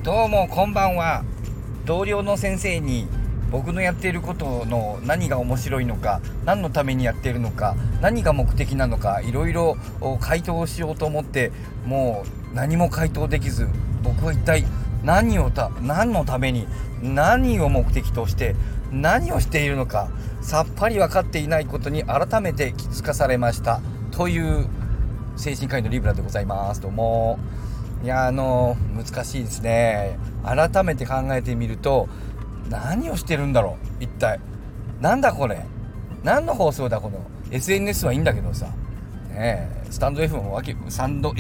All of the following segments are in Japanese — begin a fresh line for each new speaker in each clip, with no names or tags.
どうもこんばんは。同僚の先生に僕のやっていることの何が面白いのか、何のためにやっているのか、何が目的なのか、いろいろ回答しようと思ってもう何も回答できず、僕は一体何のために、何を目的として何をしているのかさっぱり分かっていないことに改めて気づかされましたという精神科医のリブラでございます。どうも。いや難しいですね。改めて考えてみると、何をしてるんだろう、一体なんだこれ、何の放送だこの SNS はいいんだけどさ、スタンド F もスタンド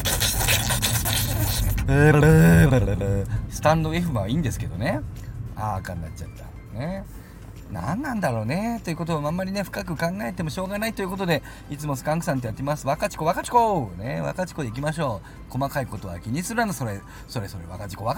F はいいんですけどね。赤になっちゃったね。何なんだろうねということをあんまりね深く考えてもしょうがないということで、いつもスカンクさんってやってます。若ちこね、若ちこでいきましょう。細かいことは気にするな、それ若ちこ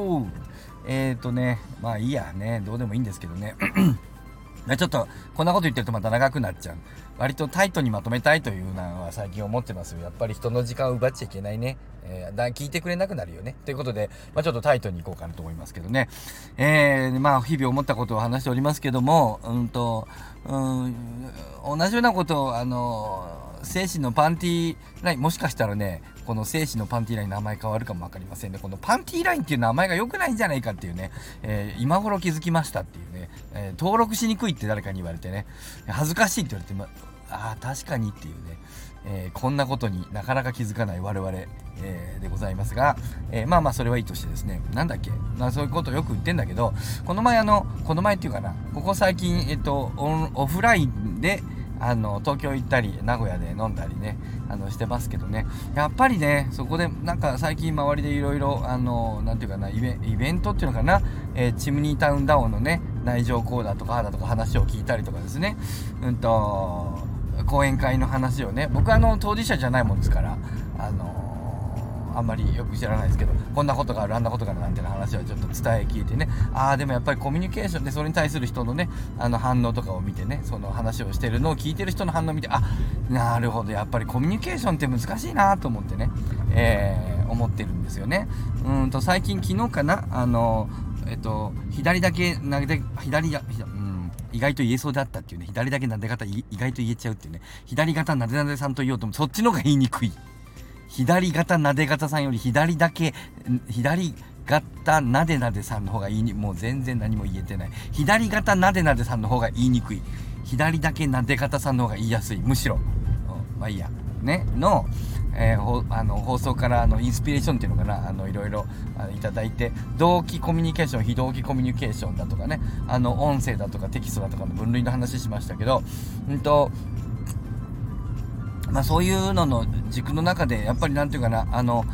まあいいやね、どうでもいいんですけどねちょっとこんなこと言ってるとまた長くなっちゃう。割とタイトにまとめたいというのは最近思ってますよ。やっぱり人の時間を奪っちゃいけないね。聞いてくれなくなるよねということで、ちょっとタイトにいこうかなと思いますけどね。日々思ったことを話しておりますけども、同じようなことを精子のパンティーライン、もしかしたらねこの精子のパンティーライン名前変わるかも分かりませんね。このパンティーラインっていう名前が良くないんじゃないかっていうね、今頃気づきましたっていうね、登録しにくいって誰かに言われてね、恥ずかしいって言われて、確かにっていうね、こんなことになかなか気づかない我々、でございますが、それはいいとしてですね、なんだっけ、そういうことをよく言ってんだけど、この前っていうかな、ここ最近オフラインで東京行ったり名古屋で飲んだりねしてますけどね、やっぱりねそこでなんか最近周りでいろいろなんていうかな、イベントっていうのかな、チムニータウンダウンのね内情こうだとかだとか話を聞いたりとかですね、講演会の話をね、僕当事者じゃないもんですからあんまりよく知らないですけど、こんなことがあるあんなことがあるなんていう話はちょっと伝え聞いてね、でもやっぱりコミュニケーションでそれに対する人のね反応とかを見てね、その話をしてるのを聞いてる人の反応を見て、なるほど、やっぱりコミュニケーションって難しいなと思ってね、思ってるんですよね。最近昨日かな左だけ投げて意外と言えそうだったっていうね、左だけなで方意外と言えちゃうっていうね、左型なでなでさんと言おうともそっちの方が言いにくい。左型なで方さんより左型なでなでさんの方がもう全然何も言えてない。左型なでなでさんの方が言いにくい。左だけなで方さんの方が言いやすい。むしろいいやねの、放送からインスピレーションっていうのかな、いろいろいただいて、同期コミュニケーション、非同期コミュニケーションだとかね、音声だとかテキストだとかの分類の話しましたけど、そういうのの軸の中でやっぱりなんていうかな、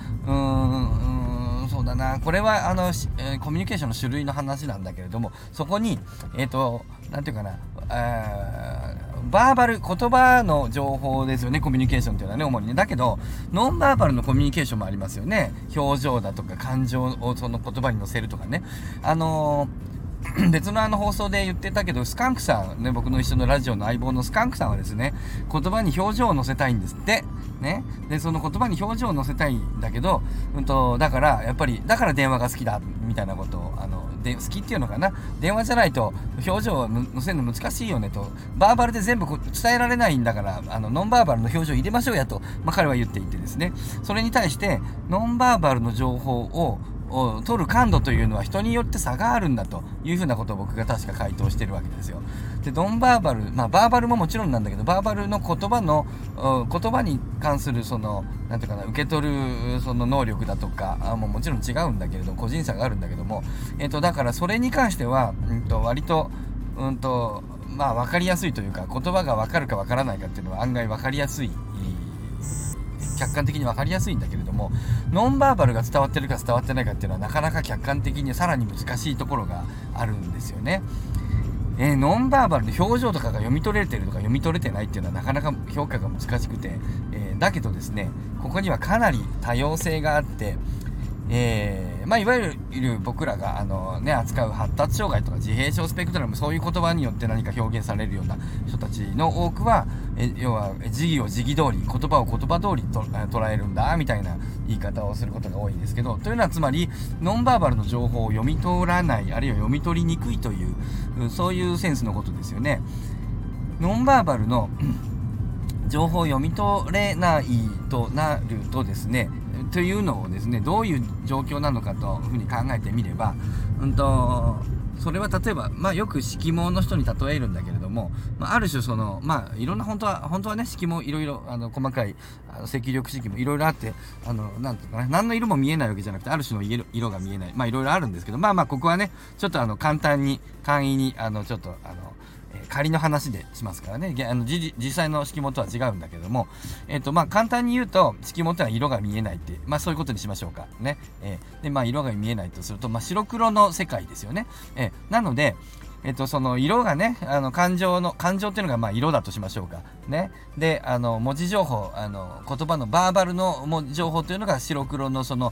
そうだな、これはコミュニケーションの種類の話なんだけれども、そこになんていうかな、バーバル、言葉の情報ですよね、コミュニケーションっていうのはね、主にね。だけどノンバーバルのコミュニケーションもありますよね。表情だとか感情をその言葉に乗せるとかね。別の放送で言ってたけど、スカンクさんね、僕の一緒のラジオの相棒のスカンクさんはですね、言葉に表情を乗せたいんですってね。でその言葉に表情を乗せたいんだけど、だからやっぱり電話が好きだみたいなことを好きっていうのかな、電話じゃないと表情を乗せるの難しいよねと、バーバルで全部伝えられないんだからノンバーバルの表情を入れましょうやと、彼は言っていてですね、それに対してノンバーバルの情報を取る感度というのは人によって差があるんだというふうなことを僕が確か回答してるわけですよ。でノンバーバル、バーバルももちろんなんだけど、バーバルの言葉に関するなんていうかな、受け取るその能力だとかもちろん違うんだけれど、個人差があるんだけども、だからそれに関しては割と分かりやすいというか、言葉が分かるか分からないかっていうのは案外分かりやすい、客観的に分かりやすいんだけれども、ノンバーバルが伝わってるか伝わってないかっていうのはなかなか客観的にさらに難しいところがあるんですよね。ノンバーバルで表情とかが読み取れてるとか読み取れてないっていうのはなかなか評価が難しくて、だけどですね、ここにはかなり多様性があって、 いわゆる僕らが扱う発達障害とか自閉症スペクトラム、そういう言葉によって何か表現されるような人たちの多くは、要は時宜を時宜通り、言葉を言葉通りと捉えるんだみたいな言い方をすることが多いんですけど、というのはつまりノンバーバルの情報を読み取らない、あるいは読み取りにくいというそういうセンスのことですよね。ノンバーバルの情報を読み取れないとなるとですね、というのをですね、どういう状況なのかというふうに考えてみれば、それは例えば、よく色盲の人に例えるんだけれども、ある種いろんな本当はね、色盲いろいろ細かい赤緑色もいろいろあって、なんていうかな、何の色も見えないわけじゃなくて、ある種の色が見えない、いろいろあるんですけど、ここはね、ちょっと簡単に簡易にちょっと仮の話でしますからね、実際の色盲とは違うんだけども、簡単に言うと色盲ってのは色が見えないって、そういうことにしましょうかね。で色が見えないとすると、白黒の世界ですよね。なのでその色がね、感情っていうのが色だとしましょうかね。で文字情報、言葉のバーバルの文字情報というのが白黒の鮮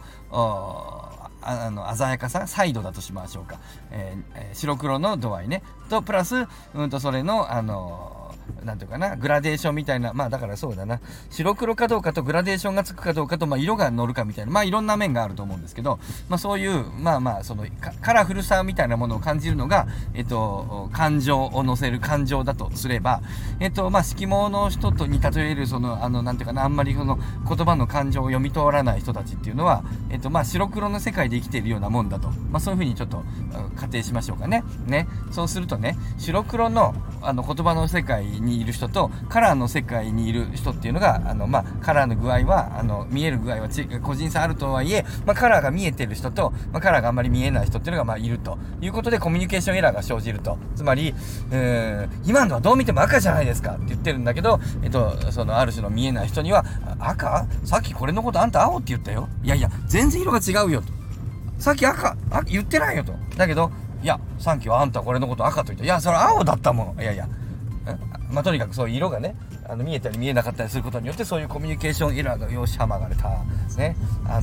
やかさ、彩度だとしましょうか。白黒の度合いねとプラスそれのなんていうかな、グラデーションみたいな、だからそうだな、白黒かどうかとグラデーションがつくかどうかと、色が乗るかみたいな、いろんな面があると思うんですけど、そういうそのカラフルさみたいなものを感じるのが感情を乗せる感情だとすれば、色盲の人に例えるなんていうかな、あんまりその言葉の感情を読み取らない人たちっていうのは白黒の世界で生きているようなもんだと、そういうふうにちょっと仮定しましょうかね。そうするとね、白黒の言葉の世界にいる人とカラーの世界にいる人っていうのがカラーの具合は見える具合は個人差あるとはいえ、カラーが見えてる人と、カラーがあんまり見えない人っていうのがいるということで、コミュニケーションエラーが生じると。つまり今のはどう見ても赤じゃないですかって言ってるんだけど、そのある種の見えない人には、赤？さっきこれのことあんた青って言ったよ。いや全然色が違うよと。さっき赤言ってないよと。だけどいやさっきはあんたこれのこと赤と言った。いやそれ青だったもの。とにかくそういう色がね見えたり見えなかったりすることによって、そういうコミュニケーションエラーがよしはまがれたね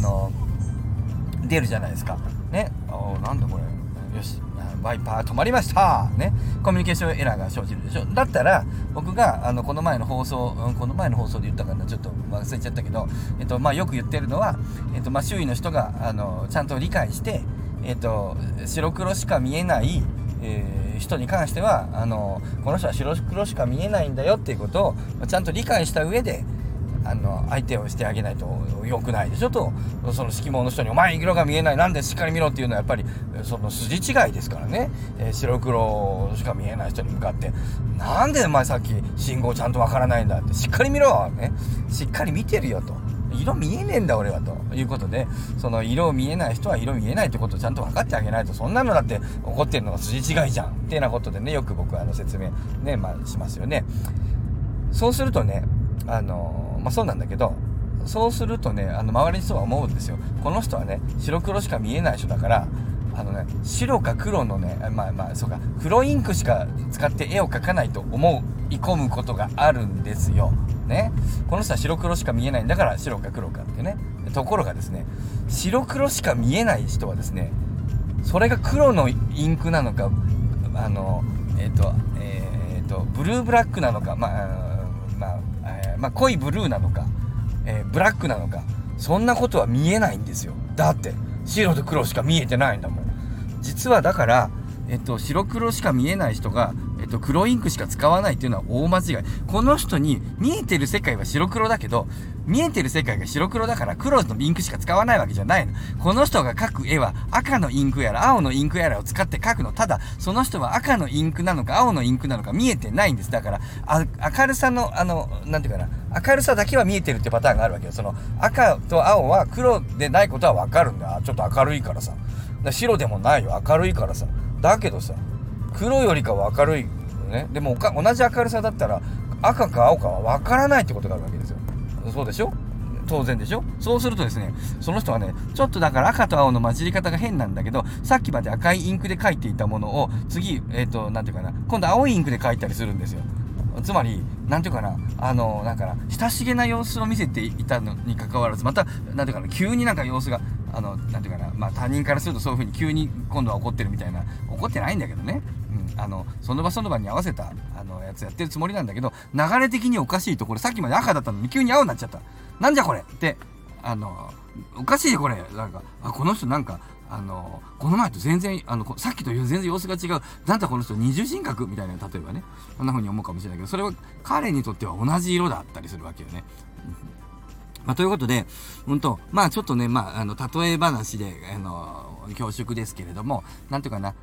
出るじゃないですかね。なんだこれ、よしワイパー止まりましたね。コミュニケーションエラーが生じるでしょ。だったら僕がこの前の放送で言ったかな、ちょっと忘れちゃったけど、よく言ってるのは、周囲の人がちゃんと理解して、白黒しか見えない人に関してはこの人は白黒しか見えないんだよっていうことをちゃんと理解した上で相手をしてあげないと良くないでしょと。その色盲の人にお前色が見えない、なんでしっかり見ろっていうのはやっぱりその筋違いですからね。白黒しか見えない人に向かってなんでお前さっき信号ちゃんとわからないんだって、しっかり見ろね、しっかり見てるよと、色見えねえんだ俺はということで、その色見えない人は色見えないってことをちゃんと分かってあげないと、そんなのだって怒ってるのが筋違いじゃんっていうようなことでね、よく僕は説明ねしますよね。そうするとねそうなんだけど、そうするとね周りの人は思うんですよ。この人はね白黒しか見えない人だから白か黒のねそうか黒インクしか使って絵を描かないと思い込むことがあるんですよね。この人は白黒しか見えないんだから白か黒かってね。ところがですね、白黒しか見えない人はですね、それが黒のインクなのかブルーブラックなのか濃いブルーなのか、ブラックなのか、そんなことは見えないんですよ。だって白と黒しか見えてないんだもん。実はだから白黒しか見えない人が黒インクしか使わないっていうのは大間違い。この人に見えてる世界は白黒だけど、見えてる世界が白黒だから黒のインクしか使わないわけじゃないの。この人が描く絵は赤のインクやら青のインクやらを使って描くの。ただその人は赤のインクなのか青のインクなのか見えてないんです。だから明るさのなんていうかな、明るさだけは見えてるってパターンがあるわけよ。その赤と青は黒でないことは分かるんだ。ちょっと明るいからさ。白でもないよ、明るいからさ。だけどさ、黒よりかは明るいね。でも同じ明るさだったら赤か青かは分からないってことがあるわけですよ。そうでしょ、当然でしょ。そうするとですね、その人はねちょっとだから赤と青の混じり方が変なんだけど、さっきまで赤いインクで描いていたものを次なんていうかな、今度青いインクで描いたりするんですよ。つまりなんていうかな、なんかな親しげな様子を見せていたのに関わらず、またなんていうかな、急になんか様子がなんていうかな、まあ他人からするとそういう風に急に今度は怒ってるみたいな、怒ってないんだけどね、その場その場に合わせたやつやってるつもりなんだけど、流れ的におかしいと、これさっきまで赤だったのに急に青になっちゃった、なんじゃこれって、おかしいよこれ、なんかこの人なんかこの前と全然さっきと全然様子が違う、なんだこの人二重人格みたいな、例えばね、こんな風に思うかもしれないけど、それは彼にとっては同じ色だったりするわけよね。ということで、まあちょっとね、まあ例え話で恐縮ですけれども、なんていうかな、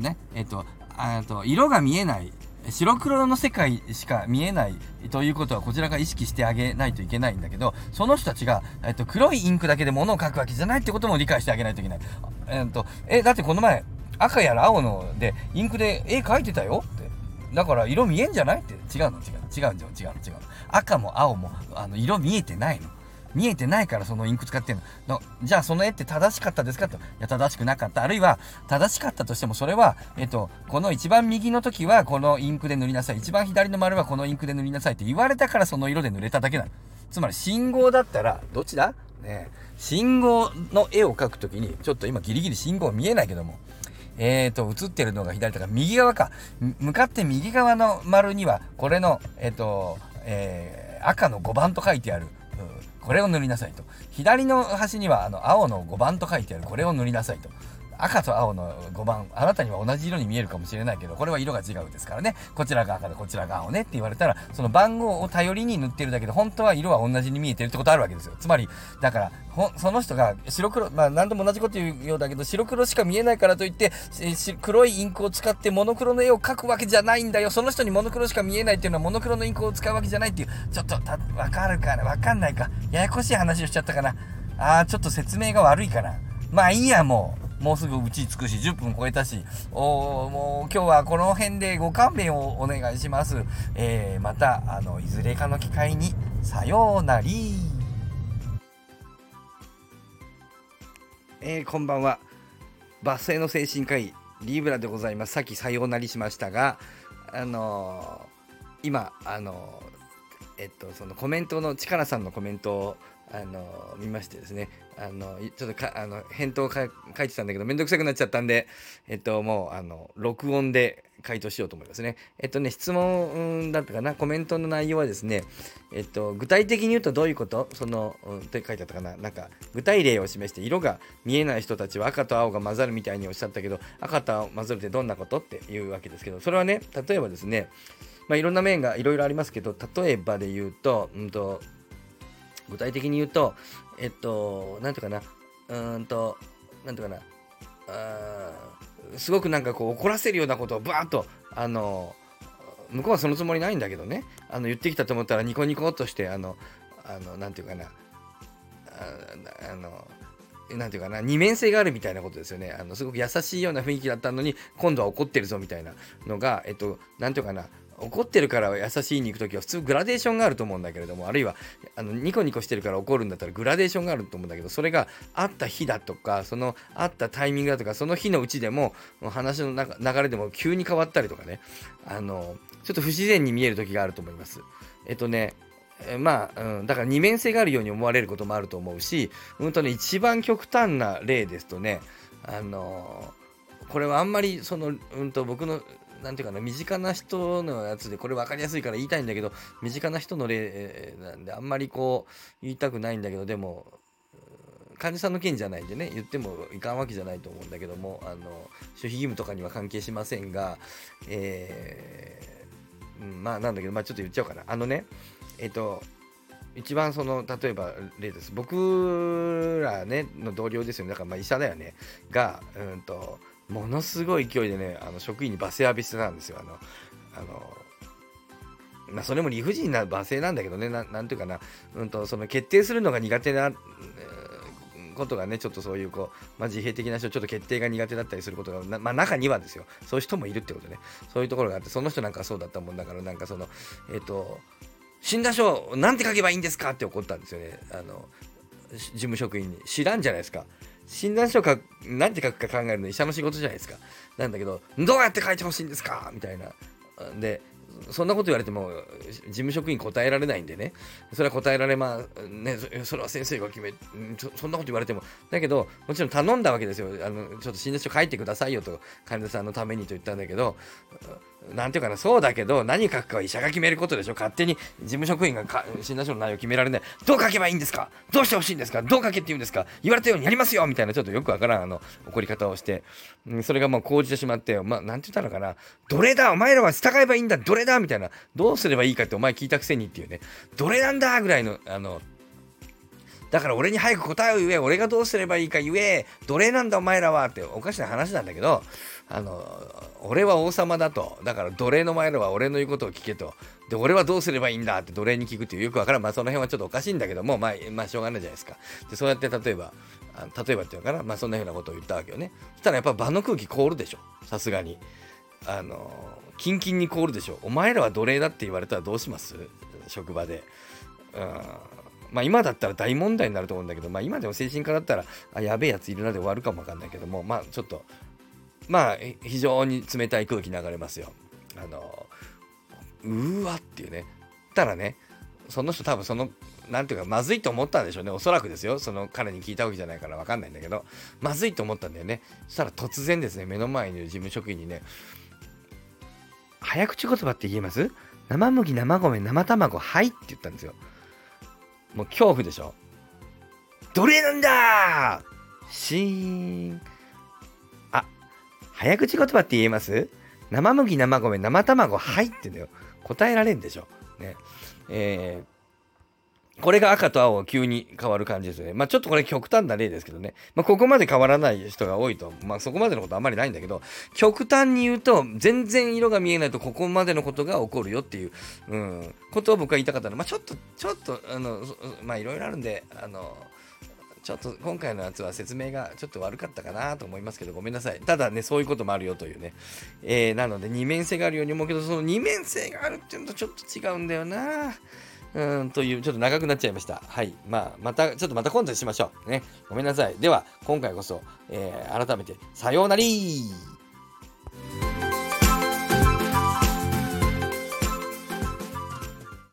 色が見えない、白黒の世界しか見えないということはこちらが意識してあげないといけないんだけど、その人たちが、黒いインクだけで物を描くわけじゃないってことも理解してあげないといけない。だってこの前赤やら青のでインクで絵描いてたよって、だから色見えんじゃないって、違うの。赤も青も色見えてないの。見えてないからそのインク使ってんの。じゃあその絵って正しかったですかと。いや正しくなかった。あるいは正しかったとしても、それはこの一番右の時はこのインクで塗りなさい、一番左の丸はこのインクで塗りなさいって言われたからその色で塗れただけなの。つまり信号だったらどっちだね、信号の絵を描くときに、ちょっと今ギリギリ信号見えないけども、映ってるのが左だから右側か、向かって右側の丸にはこれの赤の5番と書いてある、これを塗りなさいと。左の端には青の5番と書いてある、これを塗りなさいと。赤と青の5番、あなたには同じ色に見えるかもしれないけど、これは色が違うですからね、こちらが赤でこちらが青ねって言われたら、その番号を頼りに塗ってるだけで、本当は色は同じに見えてるってことあるわけですよ。つまりだからその人が白黒、まあ何度も同じこと言うようだけど、白黒しか見えないからといって黒いインクを使ってモノクロの絵を描くわけじゃないんだよ。その人にモノクロしか見えないっていうのはモノクロのインクを使うわけじゃないっていう、ちょっとわかるかな、わかんないか、ややこしい話をしちゃったかな。ちょっと説明が悪いかな。まあいいや、もうすぐうち着くし、10分超えたし、もう今日はこの辺でご勘弁をお願いします。またいずれかの機会にさようなり。こんばんは。バスへの精神科医リーブラでございます。さっきさようなりしましたが、今そのコメントの力さんのコメントを見ましてですね、ちょっと返答を書いてたんだけどめんどくさくなっちゃったんで、もう録音で回答しようと思いますね。質問だったかな、コメントの内容はですね、具体的に言うとどういうこと、って書いてあったかな、なんか具体例を示して、色が見えない人たちは赤と青が混ざるみたいにおっしゃったけど、赤と青混ざるってどんなことっていうわけですけど、それはね、例えばですね、いろんな面がいろいろありますけど、例えばで言うと、具体的に言うと、なんていうかな、なんていうかな、すごくなんかこう怒らせるようなことをバーッと向こうはそのつもりないんだけどね、言ってきたと思ったらニコニコっとしてなんていうかな、なんていうかな、二面性があるみたいなことですよね。すごく優しいような雰囲気だったのに今度は怒ってるぞみたいなのが、なんていうかな、怒ってるから優しいに行くときは普通グラデーションがあると思うんだけれども、あるいはニコニコしてるから怒るんだったらグラデーションがあると思うんだけど、それがあった日だとか、そのあったタイミングだとか、その日のうちでも話の流れでも急に変わったりとかね、ちょっと不自然に見える時があると思います。だから二面性があるように思われることもあると思うし、一番極端な例ですとね、これはあんまり僕のなんていうかな、身近な人のやつでこれ分かりやすいから言いたいんだけど、身近な人の例なんであんまりこう言いたくないんだけど、でも患者さんの件じゃないんでね、言ってもいかんわけじゃないと思うんだけども、守秘義務とかには関係しませんが、なんだけど、ちょっと言っちゃおうかな。一番例えば例です。僕らねの同僚ですよね。だから医者だよねがものすごい勢いでね、職員に罵声浴びせてたんですよ。それも理不尽な罵声なんだけどね、なんていうかな、決定するのが苦手なことがね、ちょっとそういう自閉的な人、ちょっと決定が苦手だったりすることが中にはですよ、そういう人もいるってことね。そういうところがあって、その人なんかそうだったもんだから、なんか診断書なんて書けばいいんですかって怒ったんですよね、事務職員に。知らんじゃないですか。診断書なんて書くか考えるの医者の仕事じゃないですか。なんだけど、どうやって書いてほしいんですかみたいな。で、 そんなこと言われても事務職員答えられないんでね、それは答えられまね、それは先生が決め、そんなこと言われても、だけどもちろん頼んだわけですよ。ちょっと診断書書いてくださいよと、患者さんのためにと言ったんだけど、なんていうかな、そうだけど何書くかは医者が決めることでしょ。勝手に事務職員が診断書の内容を決められない。どう書けばいいんですか、どうしてほしいんですか、どう書けって言うんですか、言われたようにやりますよみたいな、ちょっとよくわからん怒り方をして、それがもう講じてしまって、なんて言ったのかな、どれだお前らは従えばいいんだ、どれだみたいな、どうすればいいかってお前聞いたくせにっていうね、どれなんだぐらいのだから俺に早く答えを言え、俺がどうすればいいか言え、奴隷なんだお前らはっておかしな話なんだけど、俺は王様だと、だから奴隷の前らは俺の言うことを聞けと、で俺はどうすればいいんだって奴隷に聞くっていうよくわからん、その辺はちょっとおかしいんだけども、まあしょうがないじゃないですか。でそうやって例えばっていうのかな、そんなようなことを言ったわけよね。そしたらやっぱ場の空気凍るでしょ、さすがに。キンキンに凍るでしょ。お前らは奴隷だって言われたらどうします、職場で。今だったら大問題になると思うんだけど、今でも精神科だったらやべえやついるなで終わるかもわかんないけども、ちょっと非常に冷たい空気流れますよ。うわっていうね。たらね、その人多分なんていうかまずいと思ったんでしょうね、おそらくですよ。彼に聞いたわけじゃないからわかんないんだけど、まずいと思ったんだよね。そしたら突然ですね、目の前にいる事務職員にね、早口言葉って言えます？生麦、生米、生卵、はいって言ったんですよ。もう恐怖でしょ。奴隷なんだーシーン。早口言葉って言えます？生麦、生米、生卵、はいって言うんだよ。答えられんでしょ。ね。これが赤と青が急に変わる感じですよね。ちょっとこれ極端な例ですけどね。ここまで変わらない人が多いと、そこまでのことはあんまりないんだけど、極端に言うと、全然色が見えないとここまでのことが起こるよっていう、ことを僕は言いたかったので、ちょっと、いろいろあるんで、ちょっと今回のやつは説明がちょっと悪かったかなと思いますけど、ごめんなさい。ただね、そういうこともあるよというね。なので、二面性があるように思うけど、その二面性があるっていうのとちょっと違うんだよな。という、ちょっと長くなっちゃいました。はい。また今度にしましょう。ね。ごめんなさい。では、今回こそ、改めて、さようなりー。